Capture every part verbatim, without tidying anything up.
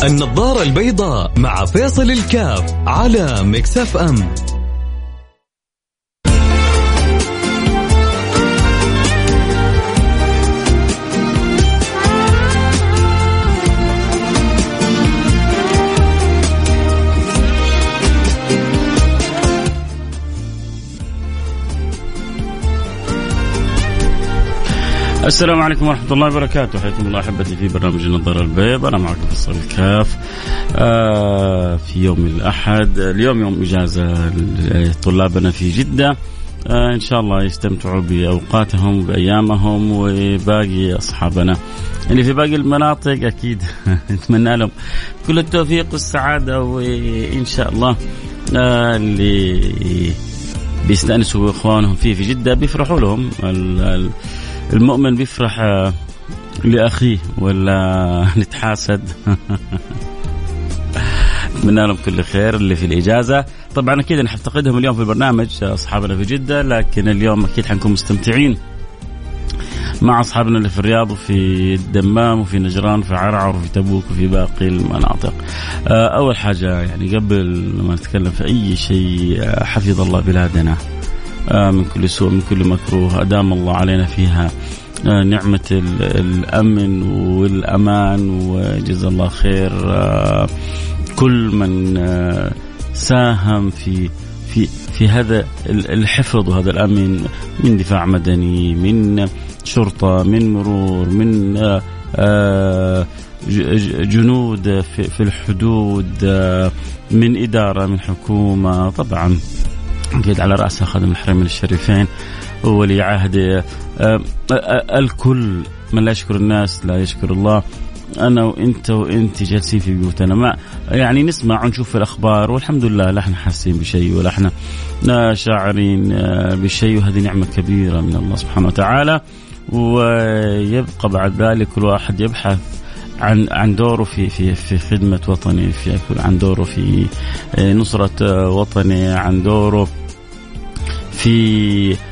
النظارة البيضاء مع فيصل الكاف على ميكس اف ام. السلام عليكم ورحمة الله وبركاته. حياكم الله أحبتي في برنامج النظارة البيضاء. أنا معكم فيصل الكاف آه في يوم الأحد. اليوم يوم إجازة طلابنا في جدة، آه إن شاء الله يستمتعوا بأوقاتهم بأيامهم، وباقي أصحابنا اللي في باقي المناطق أكيد نتمنى لهم كل التوفيق والسعادة، وإن شاء الله آه اللي بيستأنسوا إخوانهم فيه في جدة بيفرحوا لهم. المؤمن بيفرح لأخيه ولا نتحاسد؟ أتمنى لهم كل خير اللي في الإجازة. طبعا أكيد نفتقدهم اليوم في البرنامج أصحابنا في جدة، لكن اليوم أكيد حنكون مستمتعين مع أصحابنا اللي في الرياض وفي الدمام وفي نجران وفي عرعر وفي تبوك وفي باقي المناطق. أول حاجة يعني قبل ما نتكلم في أي شيء، حفظ الله بلادنا من كل سوء من كل مكروه، أدام الله علينا فيها نعمة الأمن والأمان، وجزا الله خير كل من ساهم في في في هذا الحفظ وهذا الأمن، من دفاع مدني، من شرطة، من مرور، من جنود في الحدود، من إدارة، من حكومة، طبعا أكيد على رأسها خادم الحرمين الشريفين وولي عهد. الكل من لا يشكر الناس لا يشكر الله. أنا وإنت وإنت جالسين في بيوتنا، ما يعني نسمع ونشوف الأخبار والحمد لله لا احنا حاسين بشيء ولا احنا شاعرين بشيء، وهذه نعمة كبيرة من الله سبحانه وتعالى. ويبقى بعد ذلك كل واحد يبحث عن عن دوره في في في خدمة وطنه، في عن دوره في نصرة وطنه، عن دوره في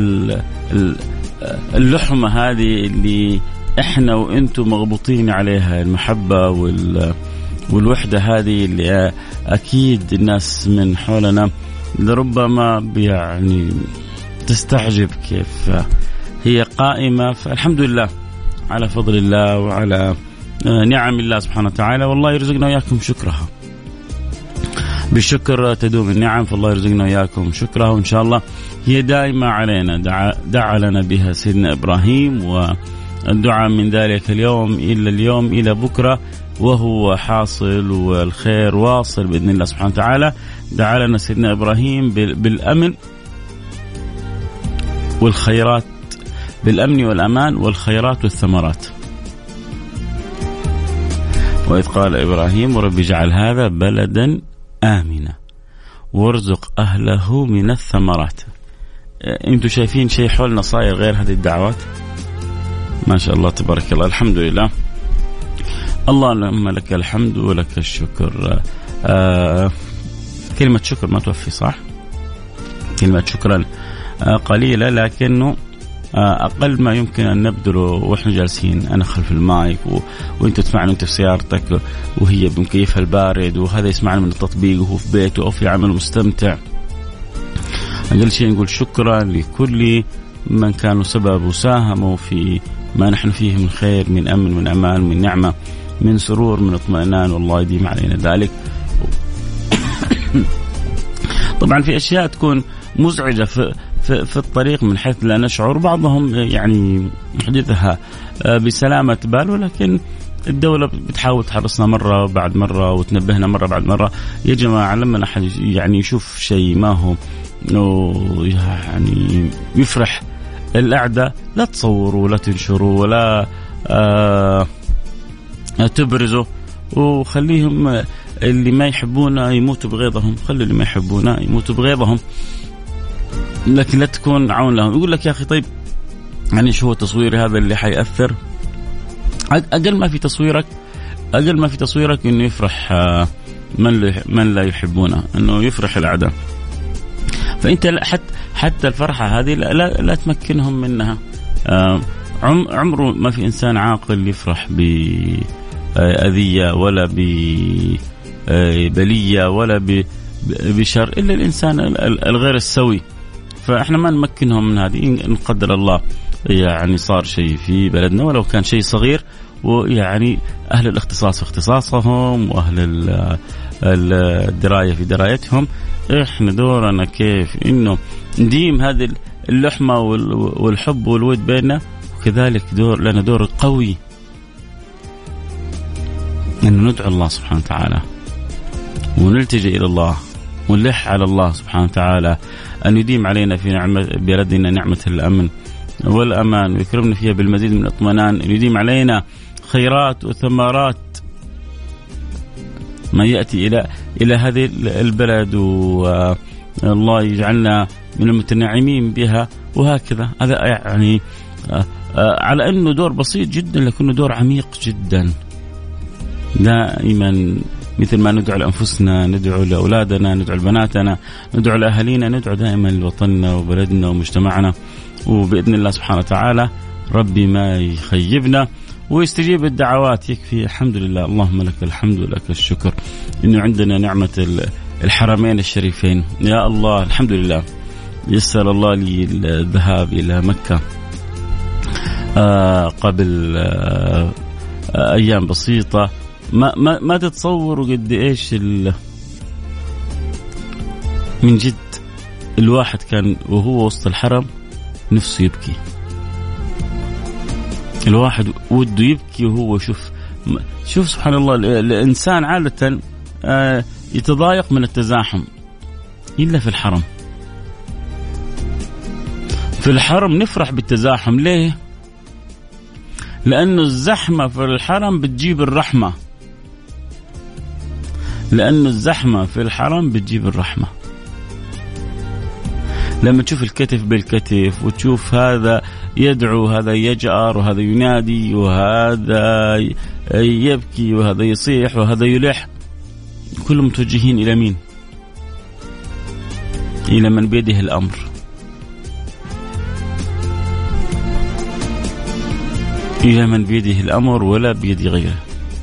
اللحمة هذه اللي احنا وانتم مغبوطين عليها، المحبة والوحدة هذه اللي اكيد الناس من حولنا لربما يعني تستعجب كيف هي قائمة. فالحمد لله على فضل الله وعلى نعم الله سبحانه وتعالى، والله يرزقنا وياكم شكرها. بالشكر تدوم النعم، فالله يرزقنا وياكم شكرها، وإن شاء الله هي دائما علينا. دعا, دعا لنا بها سيدنا إبراهيم، والدعاء من ذلك اليوم إلى اليوم إلى بكرة وهو حاصل، والخير واصل بإذن الله سبحانه وتعالى. دعا لنا سيدنا إبراهيم بالأمن والخيرات، بالأمن والأمان والخيرات والثمرات. وإذ قال إبراهيم رب اجعل هذا بلدا آمنا وارزق أهله من الثمرات. أنتم شايفين شيء حولنا صاير غير هذه الدعوات؟ ما شاء الله تبارك الله، الحمد لله. اللهم لك الحمد ولك الشكر. آه كلمة شكر ما توفي، صح؟ كلمة شكرا آه قليلة، لكنه أقل ما يمكن أن نبذله وإحنا جالسين، أنا خلف المايك و... وإنت تسمعني وإنت في سيارتك وهي بمكيفها البارد، وهذا يسمعني من التطبيق وهو في بيته أو في عمل مستمتع. أقل شيء نقول شكرا لكل من كانوا سبب وساهموا في ما نحن فيه من خير، من أمن، من أمان، من نعمة، من سرور، من اطمئنان، والله يديم علينا ذلك. طبعا في أشياء تكون مزعجة في في, في الطريق من حيث لا نشعر، بعضهم يعني يحدثها بسلامة بال، ولكن الدولة بتحاول تحرصنا مرة بعد مرة وتنبهنا مرة بعد مرة. يا جماعة لما أحد يعني يشوف شيء ما هو يعني يفرح الأعداء، لا تصوروا ولا تنشروا ولا آه تبرزوا، وخليهم اللي ما يحبونا يموتوا بغيظهم، خلي اللي ما يحبونا يموتوا بغيظهم، لكن لا تكون عون لهم. يقول لك يا أخي طيب يعني شو هو التصوير هذا اللي حيأثر؟ أقل ما في تصويرك أقل ما في تصويرك إنه يفرح من من لا يحبونه، إنه يفرح الأعداء. فأنت حتى حتى الفرحة هذه لا, لا, لا تمكنهم منها. عمره ما في إنسان عاقل يفرح ب بأذية ولا ببلية ولا بشر إلا الإنسان الغير السوي. فإحنا ما نمكنهم من هذه. إن قدر الله يعني صار شيء في بلدنا ولو كان شيء صغير، ويعني أهل الاختصاص في اختصاصهم وأهل الدراية في درايتهم، إحنا دورنا كيف إنه نديم هذه اللحمة والحب والود بيننا، وكذلك دور لنا دور قوي أن ندعو الله سبحانه وتعالى ونلتجئ إلى الله ونلح على الله سبحانه وتعالى أن يديم علينا في نعمة بلدنا نعمة الأمن والأمان، ويكرمنا فيها بالمزيد من الاطمئنان، أن يديم علينا خيرات وثمرات ما يأتي إلى إلى هذه البلد، والله يجعلنا من المتنعمين بها. وهكذا هذا يعني على أنه دور بسيط جدا لكنه دور عميق جدا. دائما مثل ما ندعو لأنفسنا، ندعو لأولادنا، ندعو لبناتنا، ندعو لأهالينا، ندعو دائما لوطننا وبلدنا ومجتمعنا، وبإذن الله سبحانه وتعالى ربي ما يخيبنا ويستجيب الدعوات. يكفي الحمد لله، اللهم لك الحمد ولك الشكر إنه عندنا نعمة الحرمين الشريفين. يا الله الحمد لله يسر الله لي الذهاب إلى مكة آه قبل آه أيام بسيطة. ما ما ما تتصوروا قد إيش من جد الواحد كان وهو وسط الحرم نفسه يبكي. الواحد وده يبكي وهو شوف شوف سبحان الله. الإنسان عادة يتضايق من التزاحم إلا في الحرم. في الحرم نفرح بالتزاحم. ليه؟ لأنه الزحمة في الحرم بتجيب الرحمة. لأنه الزحمة في الحرم بتجيب الرحمة. لما تشوف الكتف بالكتف وتشوف هذا يدعو هذا يجأر وهذا ينادي وهذا يبكي وهذا يصيح وهذا يلح، كلهم متوجهين إلى مين؟ إلى من بيده الأمر. إلى من بيده الأمر ولا بيد غيره.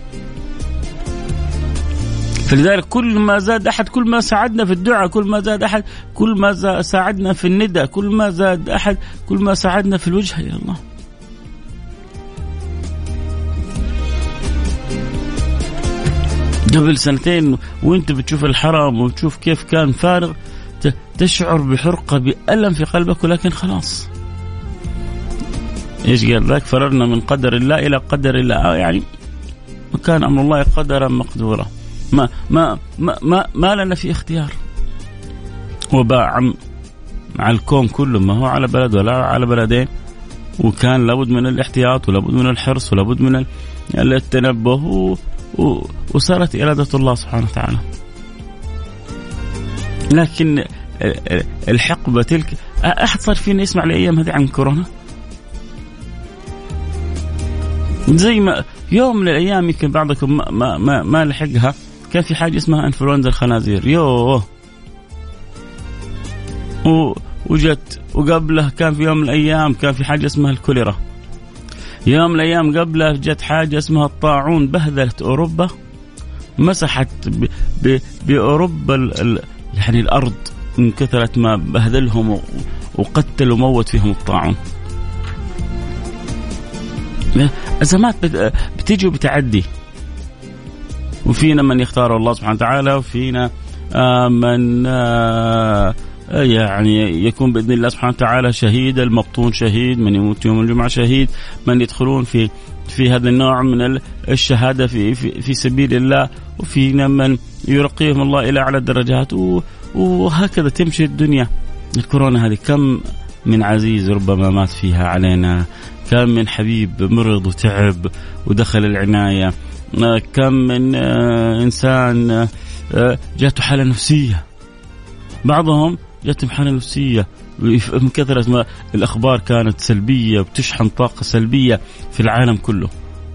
فلذلك كل ما زاد أحد كل ما ساعدنا في الدعاء، كل ما زاد أحد كل ما ساعدنا في الندى، كل ما زاد أحد كل ما ساعدنا في الوجهة إلى الله. قبل سنتين وانت بتشوف الحرم وتشوف كيف كان فارغ تشعر بحرقة بألم في قلبك، ولكن خلاص إيش قال ذاك؟ فررنا من قدر الله إلى قدر الله. يعني كان أمر الله قدرا مقدورا، ما ما ما ما, ما لنا في اختيار. وباء عم على الكون كله، ما هو على بلد ولا على بلدين، وكان لابد من الاحتياط ولابد من الحرص ولابد من التنبه، وصارت إرادة الله سبحانه وتعالى. لكن الحقبة تلك أحد صار فينا يسمع الأيام هذه عن كورونا؟ زي ما يوم من الأيام يمكن بعضكم ما ما ما لحقها، كان في حاجة اسمها إنفلونزا الخنازير. يوه وجت، وقبله كان في يوم من الأيام كان في حاجة اسمها الكوليرا. يوم من الأيام قبله جت حاجة اسمها الطاعون، بهذلت أوروبا، مسحت ب ب بأوروبا ال يعني الأرض من كثرة ما بهذلهم وقتل وموت فيهم الطاعون. أزمات بتيجي وبتعدي، وفينا من يختار الله سبحانه وتعالى، وفينا من يعني يكون بإذن الله سبحانه وتعالى شهيد، المبطون شهيد، من يموت يوم الجمعة شهيد، من يدخلون في في هذا النوع من الشهادة في في, في سبيل الله، وفينا من يرقيهم الله إلى أعلى الدرجات، وهكذا تمشي الدنيا. الكورونا هذه كم من عزيز ربما مات فيها علينا، كم من حبيب مرض وتعب ودخل العناية، كم من إنسان جاته حالة نفسية، بعضهم جاتهم حالة نفسية من كثرة ما الأخبار كانت سلبية وبتشحن طاقة سلبية في العالم كله.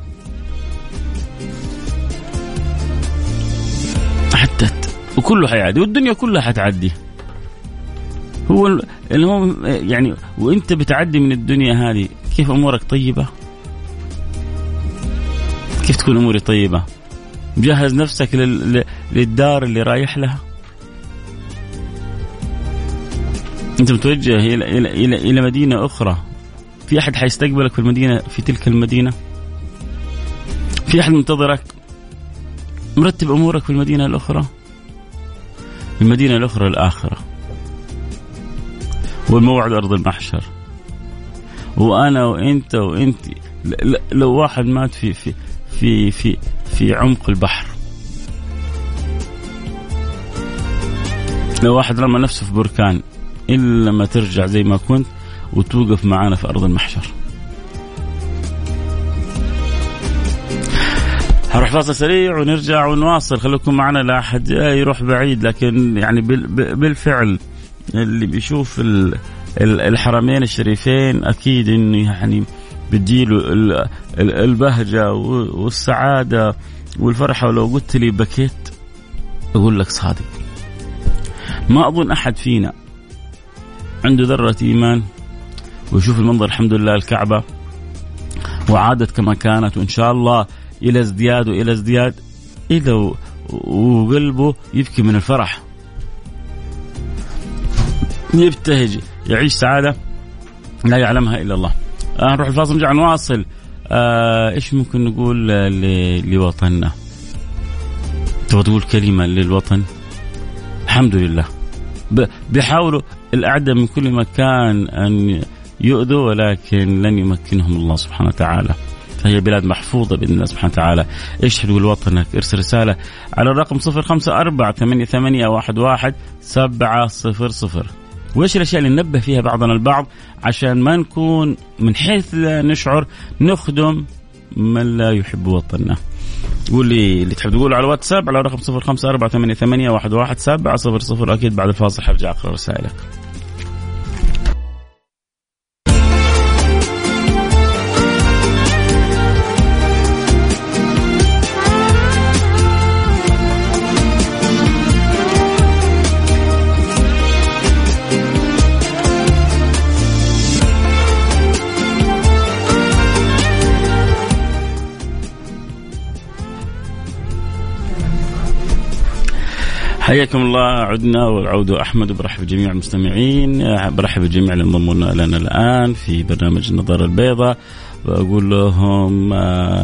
عدت وكله حيعدي، والدنيا كلها حتعدي. هو المهم يعني وانت بتعدي من الدنيا هذه كيف أمورك طيبة؟ كيف تكون أموري طيبة؟ مجهز نفسك للدار اللي رايح لها؟ أنت متوجه إلى إلى إلى إلى مدينة أخرى، في أحد حيستقبلك في المدينة، في تلك المدينة؟ في أحد منتظرك؟ مرتب أمورك في المدينة الأخرى؟ المدينة الأخرى الآخرة، والموعد أرض المحشر. وأنا وأنت وأنت لو واحد مات في في في في في عمق البحر، لو واحد رمى نفسه في بركان، إلا ما ترجع زي ما كنت وتوقف معانا في أرض المحشر. هروح فاصل سريع ونرجع ونواصل. خليكم معنا، لا أحد يروح بعيد، لكن يعني بالفعل اللي بيشوف الحرمين الشريفين أكيد إنه يعني بديله البهجة والسعادة والفرحة. ولو قلت لي بكيت أقول لك صادق. ما أظن أحد فينا عنده ذرة إيمان ويشوف المنظر الحمد لله الكعبة وعادت كما كانت، وإن شاء الله إلى ازدياد وإلى ازدياد، إذا وقلبه يبكي من الفرح، يبتهج، يعيش سعادة لا يعلمها إلا الله. آه نروح الفاصل نرجع نواصل. آه إيش ممكن نقول لوطننا؟ تبغى تقول كلمة للوطن؟ الحمد لله. بيحاولوا الأعداء من كل مكان أن يؤذوا، ولكن لن يمكنهم الله سبحانه وتعالى. فهي بلاد محفوظة بإذن الله سبحانه وتعالى. إيش تقول وطنك؟ ارسل رسالة على الرقم صفر خمسة أربعة ثمانية ثمانية واحد واحد سبعة صفر صفر. وإيش الأشياء اللي ننبه فيها بعضنا البعض عشان ما نكون من حيث لا نشعر نخدم من لا يحب وطننا؟ قولي اللي تحب تقول على الواتساب على رقم صفر خمسة أربعة ثمانية ثمانية واحد واحد سبعة صفر صفر. أكيد بعد الفاصل حرجع أقرأ رسائلك. حياكم الله. عدنا والعود أحمد. برحب بجميع المستمعين، برحب بجميع اللي انضموا لنا الآن في برنامج النظارة البيضاء، وأقول لهم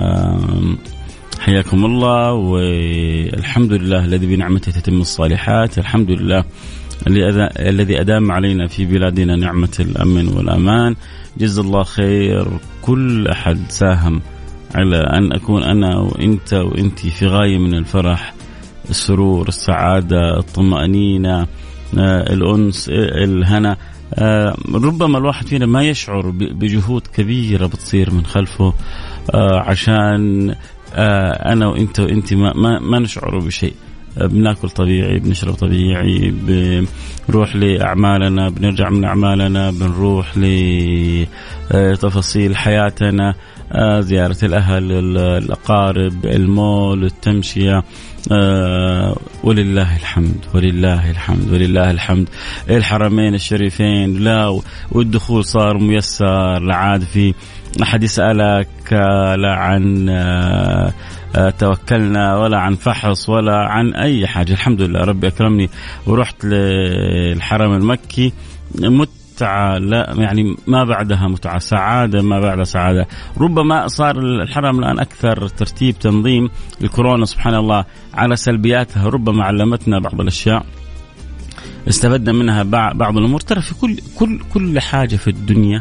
حياكم الله، والحمد لله الذي بنعمته تتم الصالحات. الحمد لله الذي أدام علينا في بلادنا نعمة الأمن والأمان. جزا الله خير كل أحد ساهم على أن أكون أنا وإنت وإنتي في غاية من الفرح، السرور، السعادة، الطمأنينة، الأنس، الهنا. ربما الواحد فينا ما يشعر بجهود كبيرة بتصير من خلفه عشان أنا وإنت وإنتي ما, ما, ما نشعر بشيء. بناكل طبيعي، بنشرب طبيعي، بنروح لأعمالنا، بنرجع من أعمالنا، بنروح لتفاصيل حياتنا، زيارة الأهل، الأقارب، المول، التمشية. آه ولله الحمد ولله الحمد ولله الحمد. الحرمين الشريفين لا، والدخول صار ميسر، لا عاد في أحد يسألك لا عن آه توكلنا ولا عن فحص ولا عن أي حاجة. الحمد لله ربي أكرمني ورحت للحرم المكي، متعة لا يعني ما بعدها متعة، سعادة ما بعدها سعادة. ربما صار الحرم الآن أكثر ترتيب تنظيم. الكورونا سبحان الله على سلبياتها ربما علمتنا بعض الأشياء استفدنا منها بعض الأمور. ترى في كل كل كل حاجة في الدنيا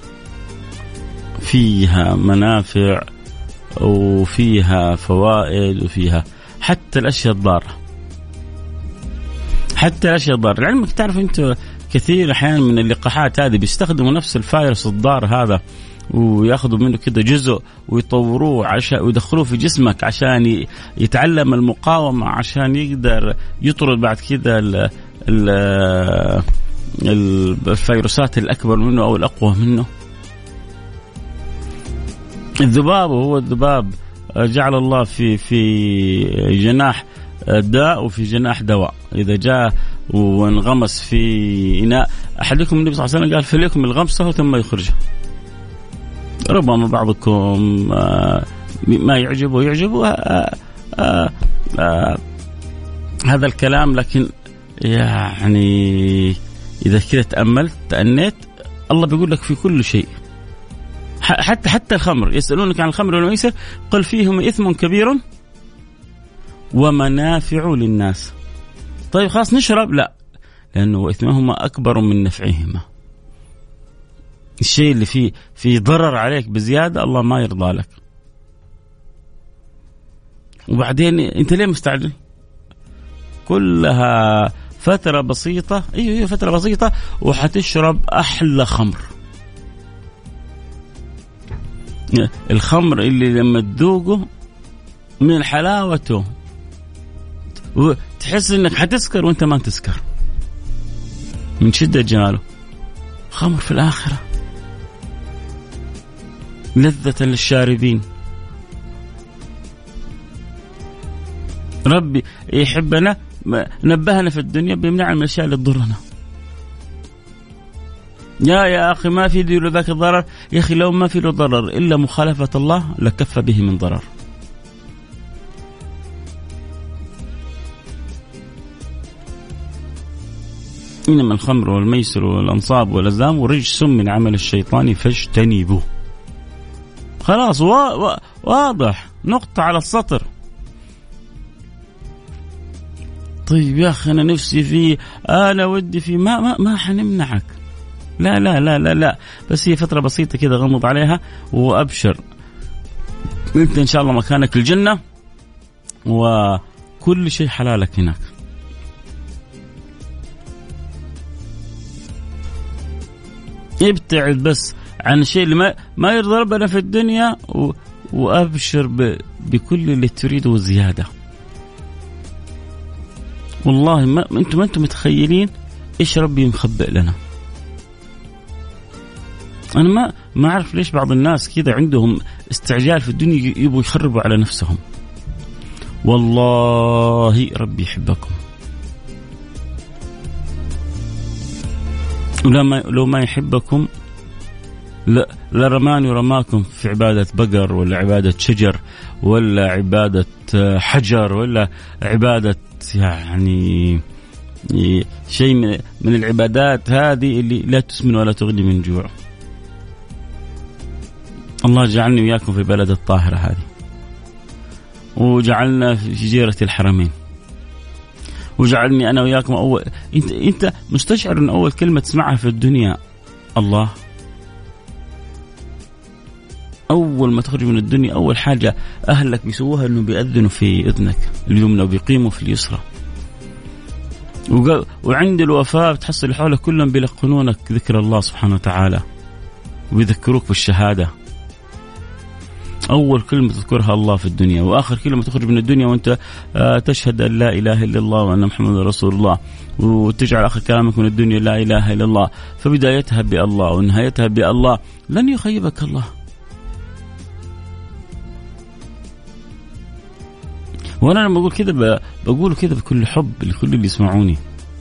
فيها منافع وفيها فوائد وفيها حتى الأشياء الضارة، حتى الأشياء الضارة. لعلمك تعرف أنت كثير أحيانا من اللقاحات هذه بيستخدموا نفس الفيروس الضار هذا وياخذوا منه كده جزء ويطوروه عشان ويدخلوه في جسمك عشان يتعلم المقاومة، عشان يقدر يطرد بعد كده ال ال الفيروسات الأكبر منه أو الأقوى منه. الذباب هو الذباب جعل الله في في جناح داء وفي جناح دواء. إذا جاء وانغمس في إناء أحدكم النبي صلى الله عليه وسلم قال فليكم الغمسه ثم يخرجه. ربما بعضكم ما يعجبه يعجبه آآ آآ آآ هذا الكلام. لكن يعني إذا كده تأملت تأنيت، الله بيقول لك في كل شيء، حتى حتى الخمر. يسألونك عن الخمر والميسر قل فيهما إثم كبير ومنافع للناس. طيب خلاص نشرب؟ لا، لأنه إثمهما أكبر من نفعهما. الشيء اللي فيه فيه ضرر عليك بزيادة الله ما يرضى لك. وبعدين أنت ليه مستعجل؟ كلها فترة بسيطة، أيوة أيوة فترة بسيطة وحتشرب أحلى خمر. الخمر اللي لما تذوقه من حلاوته وتحس إنك حتسكر وأنت ما تسكر من شدة جماله. خمر في الآخرة لذة للشاربين. ربي يحبنا، نبهنا في الدنيا بيمنعنا من الأشياء اللي تضرنا. يا يا أخي ما في له ذاك الضرر، يا أخي لو ما في له ضرر إلا مخالفة الله لكف به من ضرر. إنما الخمر والميسر والأنصاب والأزلام ورجس من عمل الشيطان فاجتنبوه. خلاص وا... واضح، نقطة على السطر. طيب يا أخي أنا نفسي فيه، أنا ودي فيه، ما ما ما حنمنعك. لا لا لا لا لا، بس هي فترة بسيطة كده غمض عليها وأبشر، أنت إن شاء الله مكانك الجنة وكل شيء حلالك هناك. ابتعد بس عن الشيء اللي ما ما يرضى ربنا في الدنيا و... وأبشر ب... بكل اللي تريده زيادة. والله ما أنتم ما أنتم متخيلين إيش ربي مخبئ لنا. أنا ما ما أعرف ليش بعض الناس كذا عندهم استعجال في الدنيا يبغوا يخربوا على نفسهم. والله ربي يحبكم، ولما لو ما يحبكم لا لرماني ورماكم في عبادة بقر ولا عبادة شجر ولا عبادة حجر ولا عبادة يعني شيء من العبادات هذه اللي لا تسمن ولا تغني من جوع. الله جعلني وياكم في بلد الطاهرة هذه، وجعلنا في جزيرة الحرمين، وجعلني أنا وياكم أول. أنت أنت مستشعر أن أول كلمة تسمعها في الدنيا الله؟ أول ما تخرج من الدنيا أول حاجة أهلك بيسووها إنه بيأذنوا في إذنك اليمنى وبيقيموا في اليسرى، وعند الوفاة بتحصل حولك كلهم بيلقنونك ذكر الله سبحانه وتعالى وبيذكروك بالشهادة. أول كلمة تذكرها الله في الدنيا، وآخر كلمة تخرج من الدنيا وأنت تشهد أن لا إله إلا الله وأن محمد رسول الله، وتجعل آخر كلامك من الدنيا لا إله إلا الله. فبدايتها بالله ونهايتها بالله، لن يخيبك الله. وأنا لما أقول كذا بقول كذا بكل حب لكل اللي يسمعوني.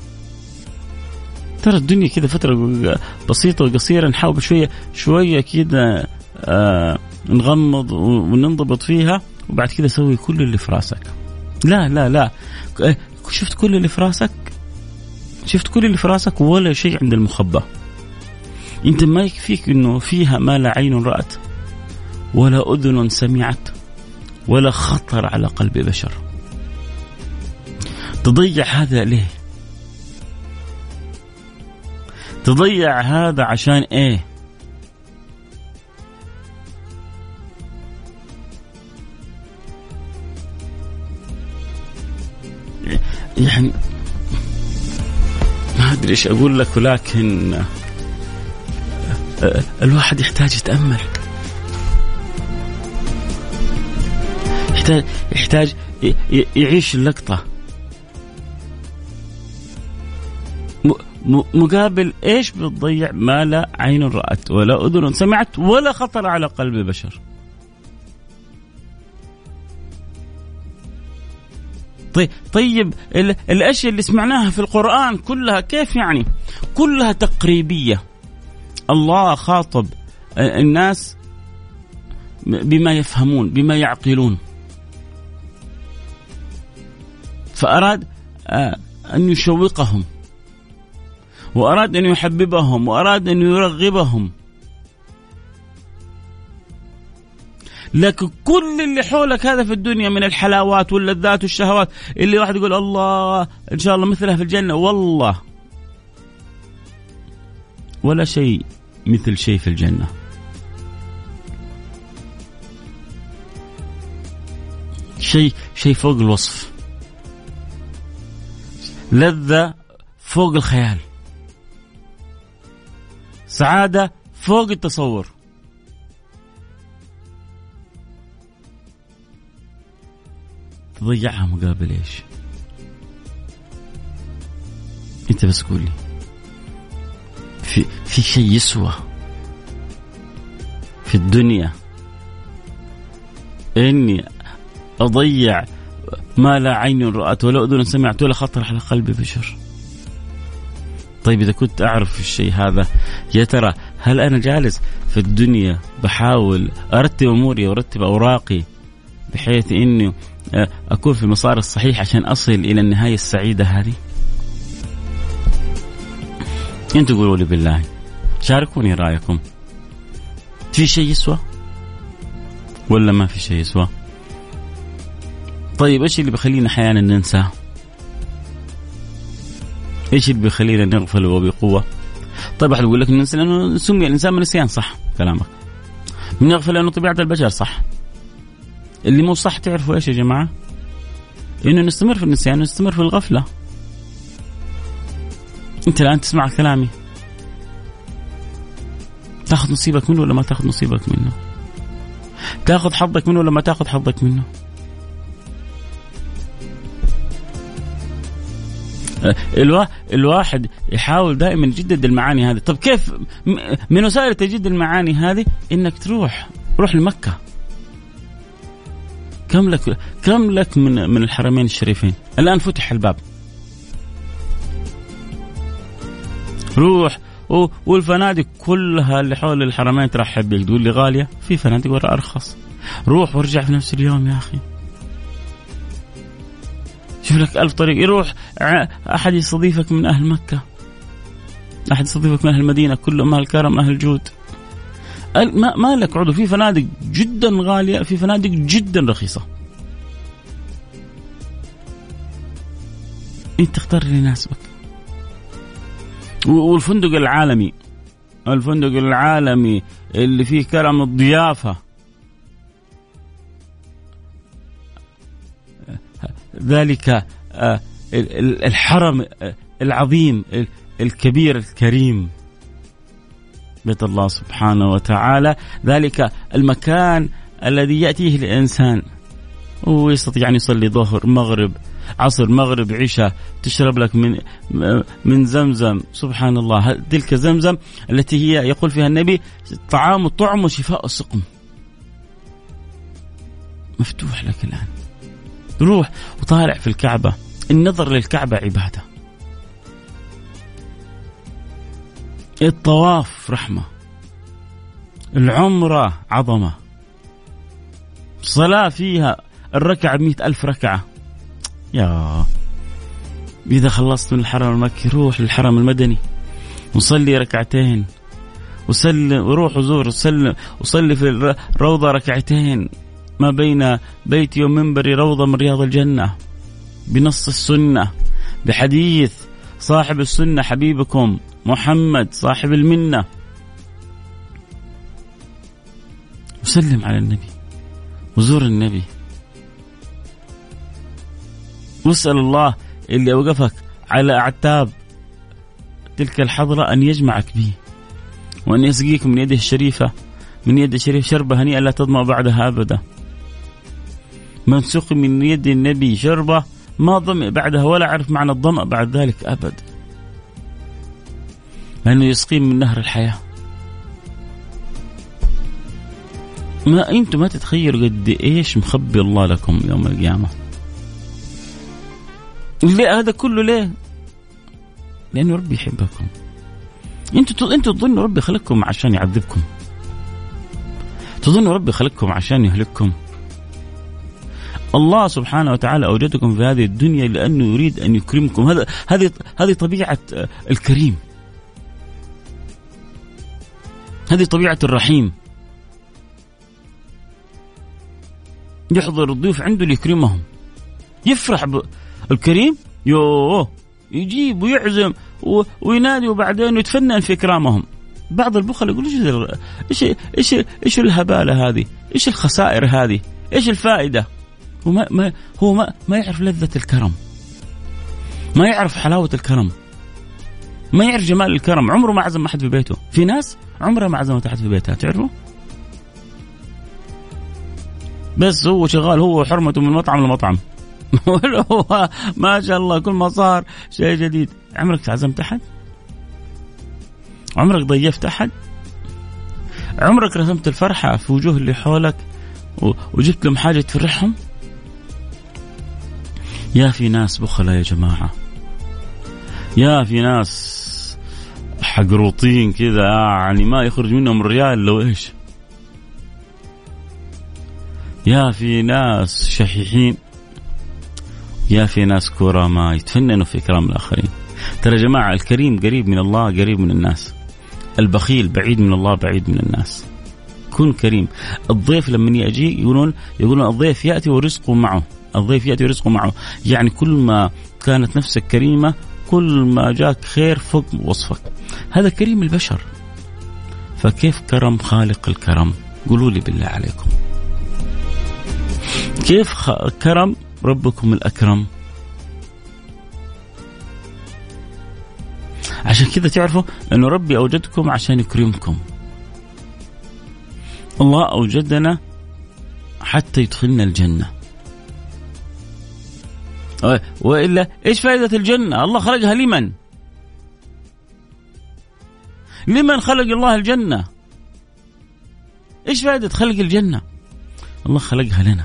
ترى الدنيا كذا فترة بسيطة وقصيرة، نحاول شوية شوية كذا آه نغمض وننضبط فيها، وبعد كذا سوي كل اللي في راسك. لا لا لا، شفت كل اللي في راسك، شفت كل اللي في راسك ولا شيء عند المخبى. انت ما يكفيك انه فيها ما لا عين رأت ولا أذن سمعت ولا خطر على قلب بشر. تضيع هذا ليه؟ تضيع هذا عشان ايه؟ يعني ما أدري إيش أقول لك، ولكن الواحد يحتاج يتأمل، يحتاج يحتاج يعيش اللقطة. مقابل إيش بتضيع؟ ما لا عين رأت ولا أذن سمعت ولا خطر على قلب بشر. طيب طيب الأشياء اللي سمعناها في القرآن كلها كيف يعني؟ كلها تقريبية. الله خاطب الناس بما يفهمون بما يعقلون. فأراد أن يشوقهم، وأراد أن يحببهم، وأراد أن يرغبهم. لكن كل اللي حولك هذا في الدنيا من الحلاوات واللذات والشهوات اللي واحد يقول الله إن شاء الله مثلها في الجنة، والله ولا شيء مثل شيء في الجنة. شيء شيء فوق الوصف، لذة فوق الخيال، سعادة فوق التصور. تضيعها مقابل ايش؟ انت بس قول لي في في شيء يسوى في الدنيا اني اضيع ما لا عين رأت ولا أذن سمعت ولا خطر على قلب بشر؟ طيب إذا كنت أعرف الشيء هذا، يا ترى هل أنا جالس في الدنيا بحاول أرتب أموري وأرتب أوراقي بحيث إني أكون في المسار الصحيح عشان أصل إلى النهاية السعيدة هذه؟ أنتوا قولوا لي بالله، شاركوني رأيكم، في شيء يسوى ولا ما في شيء يسوى؟ طيب إيش اللي بيخلينا أحيانا ننسى؟ إيش اللي بيخلينا نغفل وبقوة؟ طيب أحد يقول لك ننسى لأنه سمي الإنسان من النسيان، صح كلامك. بنغفل لأنه طبيعة البشر، صح. اللي مو صح تعرفوا إيش يا جماعة؟ إنه نستمر في النسيان ونستمر في الغفلة. أنت الآن تسمع كلامي، تأخذ نصيبك منه ولا ما تأخذ نصيبك منه؟ تأخذ حظك منه ولا ما تأخذ حظك منه؟ الوا... الواحد يحاول دائما يجدد المعاني هذه. طب كيف من وسائل تجديد المعاني هذه؟ إنك تروح روح لمكة. كم لك كم لك من من الحرمين الشريفين الآن فتح الباب، روح. والفنادق كلها اللي حول الحرمين ترحب بك، تقول لي غالية، في فنادق ورا أرخص. روح وارجع في نفس اليوم يا أخي. شوف لك ألف طريق. يروح أحد يستضيفك من أهل مكة، أحد يستضيفك من أهل المدينة، كلهم أهل كرم أهل جود. ما, ما لك عضو في فنادق جدا غالية، في فنادق جدا رخيصة. أنت تختار اللي يناسبك. والفندق العالمي، الفندق العالمي اللي فيه كرم الضيافة، ذلك الحرم العظيم الكبير الكريم بيت الله سبحانه وتعالى، ذلك المكان الذي يأتيه الإنسان ويستطيع أن يصلي ظهر مغرب عصر مغرب عشاء، تشرب لك من من زمزم. سبحان الله، تلك زمزم التي هي يقول فيها النبي طعام الطعم وشفاء السقم. مفتوح لك الآن. روح وطالع في الكعبة. النظر للكعبة عبادة، الطواف رحمة، العمرة عظمة، صلاة فيها الركعة بمئة ألف ركعة. يا إذا خلصت من الحرم المكي روح للحرم المدني وصلي ركعتين، وسلم وروح وزور وسلم وصلي في الروضة ركعتين ما بين بيتي ومنبري روضة من رياض الجنة، بنص السنة، بحديث صاحب السنة حبيبكم محمد صاحب المنة. وسلم على النبي وزور النبي، واسأل الله اللي أوقفك على أعتاب تلك الحضرة أن يجمعك به، وأن يسقيك من يده الشريفة، من يد الشريف شربة هنيئة لا تظمأ بعدها أبدا. من سقي من يد النبي شربة ما ظمأ بعدها ولا عرف معنى الظمأ بعد ذلك أبد، لأنه يسقيم من نهر الحياة. ما أنتم ما تتخيلوا قد إيش مخبي الله لكم يوم القيامة. ليه هذا كله؟ ليه؟ لأنه ربي يحبكم. أنتوا أنتوا تظنوا ربي خلقكم عشان يعذبكم. تظنوا ربي خلقكم عشان يهلككم؟ الله سبحانه وتعالى أوجدكم في هذه الدنيا لأنه يريد أن يكرمكم. هذا هذه هذه طبيعة الكريم، هذه طبيعة الرحيم. يحضر الضيوف عنده ليكرمهم، يفرح بالكريم، يوه يجيب ويعزم وينادي وبعدين يتفنن في إكرامهم. بعض البخل يقول إيش إيش إيش الهبالة هذه، إيش الخسائر هذه، إيش الفائدة. هو ما ما هو ما ما يعرف لذة الكرم، ما يعرف حلاوة الكرم، ما يعرف جمال الكرم. عمره ما عزم أحد في بيته. في ناس عمرها ما عزمت أحد في بيتها، تعرفوا؟ بس هو شغال، هو حرمته من مطعم لمطعم. هو ما شاء الله كل ما صار شيء جديد. عمرك عزمت أحد؟ عمرك ضيفت أحد؟ عمرك رسمت الفرحة في وجوه اللي حولك وجبت لهم حاجة تفرحهم؟ يا في ناس بخلة يا جماعة، يا في ناس حقروطين كذا، يعني ما يخرج منهم ريال لو إيش. يا في ناس شحيحين، يا في ناس كرماء يتفننوا في إكرام الآخرين. ترى يا جماعة الكريم قريب من الله، قريب من الناس. البخيل بعيد من الله، بعيد من الناس. كن كريم. الضيف لما يجي يقولون يقولون الضيف يأتي ورزقه معه، الضيف يأتي ورزقه معه. يعني كل ما كانت نفسك كريمة كل ما جاك خير فوق وصفك. هذا كريم البشر، فكيف كرم خالق الكرم؟ قولوا لي بالله عليكم، كيف كرم ربكم الأكرم؟ عشان كذا تعرفوا أنه ربي أوجدكم عشان يكرمكم. الله أوجدنا حتى يدخلنا الجنة، وإلا إيش فائدة الجنة؟ الله خلقها لمن؟ لمن خلق الله الجنة؟ إيش فائدة خلق الجنة؟ الله خلقها لنا.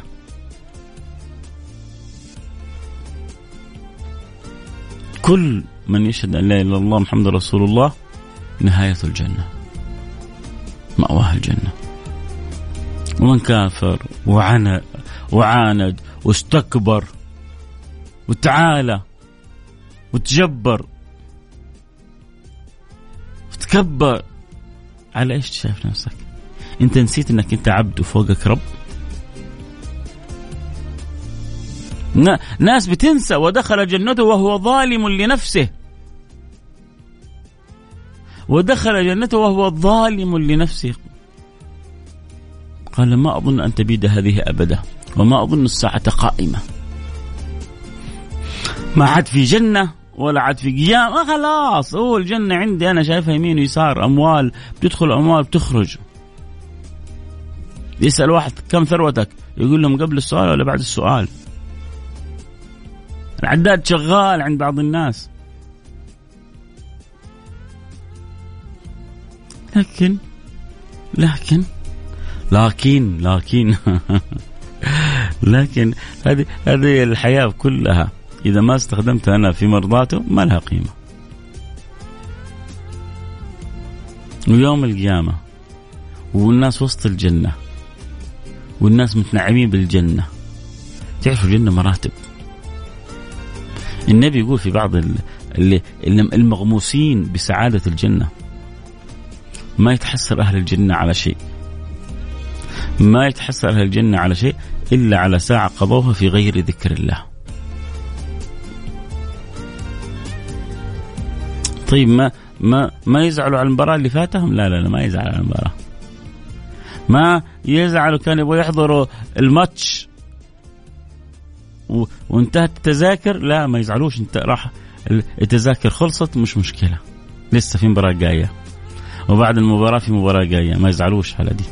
كل من يشهد أن لا إله إلا الله محمد رسول الله نهاية الجنة، مأواه الجنة. ومن كافر وعند وعاند واستكبر وتعالى وتجبر وتكبر، على إيش شايف نفسك؟ أنت نسيت أنك أنت عبد وفوقك رب؟ ناس بتنسى ودخل جنته وهو ظالم لنفسه، ودخل جنته وهو ظالم لنفسه. قال ما أظن أن تبيد هذه أبدا، وما أظن الساعة قائمة. ما عاد في جنة ولا عاد في قيام، خلاص هو الجنة عندي أنا شايفها يمين ويسار، أموال بتدخل أموال بتخرج. يسأل واحد كم ثروتك؟ يقول لهم قبل السؤال ولا بعد السؤال. العداد شغال عند بعض الناس. لكن لكن لكن لكن لكن هذه هذه الحياة كلها إذا ما استخدمتها أنا في مرضاته ما لها قيمة. ويوم القيامة والناس وسط الجنة والناس متنعمين بالجنة. تعرفوا الجنة مراتب. النبي يقول في بعض اللي المغموسين بسعادة الجنة ما يتحسر أهل الجنة على شيء، ما يتحسر أهل الجنة على شيء إلا على ساعة قضوها في غير ذكر الله. طيب ما ما ما يزعلوا على المباراة اللي فاتهم؟ لا لا لا ما يزعلوا على المباراة. ما يزعلوا كانوا يبغوا يحضروا الماتش و... وانتهت التذاكر؟ لا ما يزعلوش، انت راح التذاكر خلصت مش مشكلة، لسه في مباراة جاية وبعد المباراة في مباراة جاية. ما يزعلوش على دي.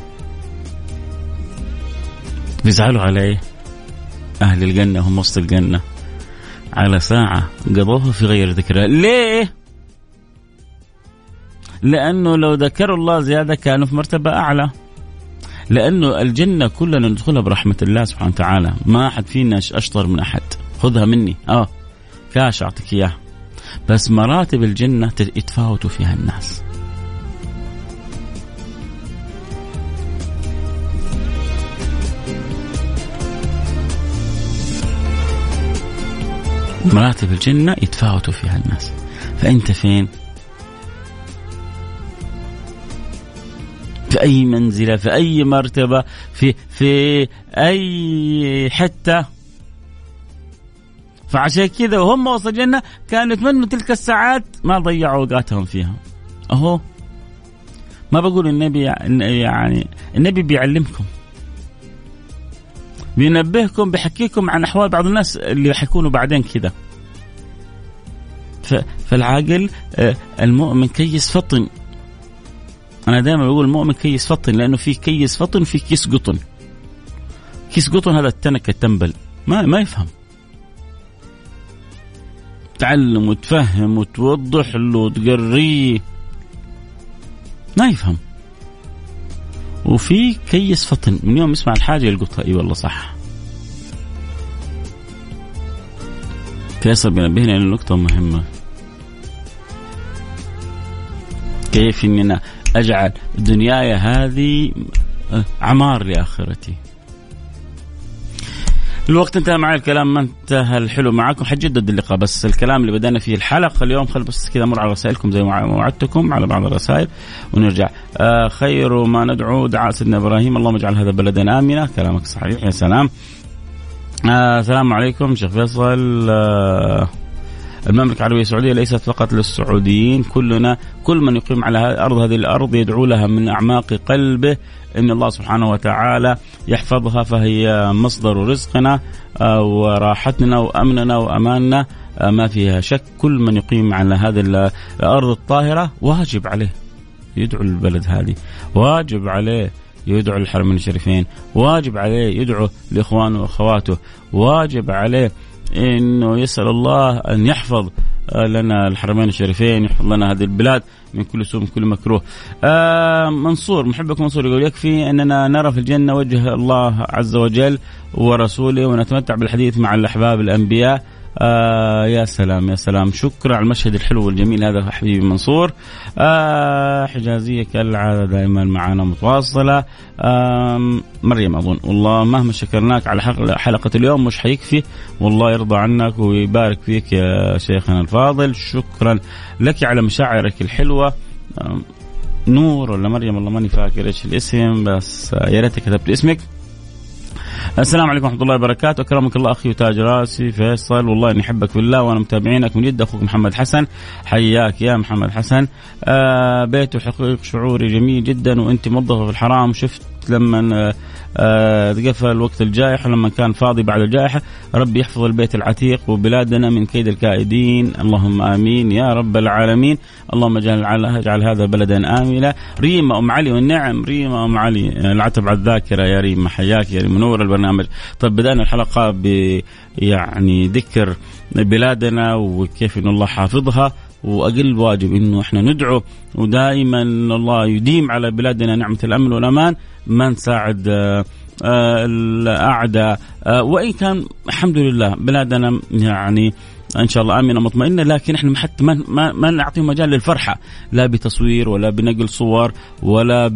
بيزعلوا على ايه؟ أهل الجنة هم وسط الجنة على ساعة قضوها في غير ذكرها. ليه؟ لأنه لو ذكروا الله زيادة كانوا في مرتبة أعلى. لأنه الجنة كلنا ندخلها برحمة الله سبحانه وتعالى، ما أحد فينا أشطر من أحد. خذها مني آه كاش أعطيك إياه، بس مراتب الجنة يتفاوتوا فيها الناس. مراتب الجنة يتفاوتوا فيها الناس، فأنت فين؟ في أي منزلة، في أي مرتبة، في في أي حتة. فعشان كذا وهم وصل الجنة كانوا يتمنوا تلك الساعات ما ضيعوا أوقاتهم فيها. أهو ما بقول النبي يعني النبي بيعلمكم، بينبهكم، بيحكيكم عن أحوال بعض الناس اللي يحكونه بعدين كذا. فالعاقل المؤمن كيس فطن. أنا دائما بقول المؤمن كيس فطن، لأنه في كيس فطن في كيس قطن. كيس قطن هذا التنك التنبل ما ما يفهم، تعلم وتفهم وتوضح له وتقريه ما يفهم. وفي كيس فطن من يوم يسمع الحاجة يلقطها. اي والله صح. فيصل بينبهنا إلى نقطة مهمة، كيف إننا أجعل دنياي هذه عمار لآخرتي. الوقت انتهى معي، الكلام ما انتهى الحلو معكم، حجدد اللقاء بس الكلام اللي بدأنا فيه الحلقة اليوم. خل بس كذا مر على رسائلكم زي ما وعدتكم على بعض الرسائل ونرجع. آه خير ما ندعو دعاء سيدنا إبراهيم، اللهم اجعل هذا بلدا آمنة. كلامك صحيح يا سلام. آه السلام عليكم شيخ فيصل. آه المملكة العربية السعودية ليست فقط للسعوديين، كلنا كل من يقيم على أرض هذه الأرض يدعو لها من أعماق قلبه إن الله سبحانه وتعالى يحفظها، فهي مصدر رزقنا وراحتنا وأمننا وأماننا، ما فيها شك. كل من يقيم على هذه الأرض الطاهرة واجب عليه يدعو البلد هذه، واجب عليه يدعو للحرمين الشريفين، واجب عليه يدعو لإخوانه وأخواته، واجب عليه إنه يسأل الله أن يحفظ لنا الحرمين الشريفين، يحفظ لنا هذه البلاد من كل سوء من كل مكروه. آه منصور محبك منصور يقول يكفي أننا نرى في الجنة وجه الله عز وجل ورسوله ونتمتع بالحديث مع الأحباب الأنبياء. آه يا سلام يا سلام، شكرا على المشهد الحلو والجميل هذا حبيبي منصور. آه حجازية كالعادة دائما معنا متواصلة. آه مريم أظن، والله مهما شكرناك على حلقة اليوم مش حيكفي، والله يرضى عنك ويبارك فيك يا شيخنا الفاضل. شكرا لك على مشاعرك الحلوة. آه نور ولا مريم، والله ماني فاكر ايش الاسم، بس آه يا ريت كتبت اسمك. السلام عليكم ورحمة الله وبركاته. أكرمك الله أخي وتاج راسي فيصل، والله إني أحبك في الله وأنا متابعينك من جد. أخوك محمد حسن، حياك يا محمد حسن. آه بيته حقيق شعوري جميل جدا، وأنت موظفة في الحرام. شفت لما آه تقفل وقت الجائحة، لما كان فاضي بعد الجائحة. ربي يحفظ البيت العتيق وبلادنا من كيد الكائدين، اللهم آمين يا رب العالمين. اللهم اجعل اجعل هذا بلدا آمنا. ريما أم علي، والنعم ريما أم علي، العتب على الذاكرة يا ريما، حياك يا ريما، نور البرنامج. طيب بدأنا الحلقة ب يعني ذكر بلادنا وكيف إن الله حافظها، وأقل واجب إنه إحنا ندعو ودائما الله يديم على بلادنا نعمة الأمن والأمان، ما نساعد الأعداء. وإن كان الحمد لله بلادنا يعني إن شاء الله آمنة مطمئنة، لكن إحنا حتى ما ما, ما نعطي مجال للفرحة، لا بتصوير ولا بنقل صور ولا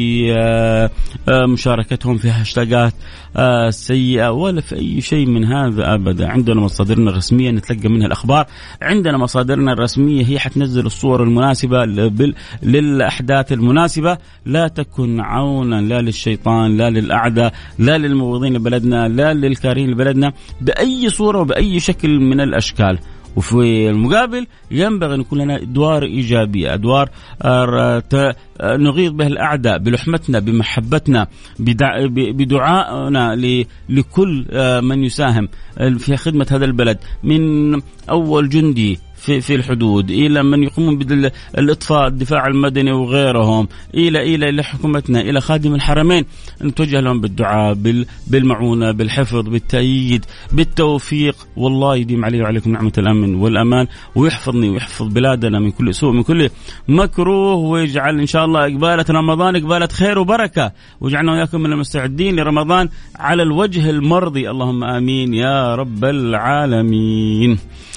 بمشاركتهم في هاشتاجات سيئة ولا في أي شيء من هذا أبدا. عندنا مصادرنا الرسمية نتلقى منها الأخبار، عندنا مصادرنا الرسمية هي حتنزل الصور المناسبة للأحداث المناسبة. لا تكن عونا لا للشيطان لا للأعداء لا للمبغضين لبلدنا لا للكارهين لبلدنا بأي صورة وبأي شكل من الأشكال. وفي المقابل ينبغي أن يكون لنا أدوار إيجابية، أدوار نغيظ بها الأعداء بلحمتنا بمحبتنا بدعائنا لكل من يساهم في خدمة هذا البلد، من أول جندي في في الحدود إلى من يقومون بالإطفاء الدفاع المدني وغيرهم، إلى إلى إلى حكومتنا، إلى خادم الحرمين، نتوجه لهم بالدعاء بالمعونة بالحفظ بالتأييد بالتوفيق. والله يديم علي وعليكم نعمة الأمن والأمان، ويحفظني ويحفظ بلادنا من كل سوء من كل مكروه، ويجعل إن شاء الله إقبالة رمضان إقبالة خير وبركة، وجعلنا وياكم من المستعدين لرمضان على الوجه المرضي، اللهم آمين يا رب العالمين.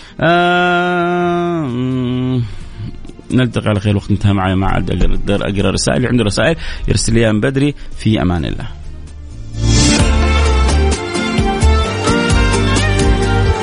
آه نلتقي على خير. وقت انتهى معي مع أقرأ رسائل، عنده رسائل يرسل لي من بدري. في أمان الله.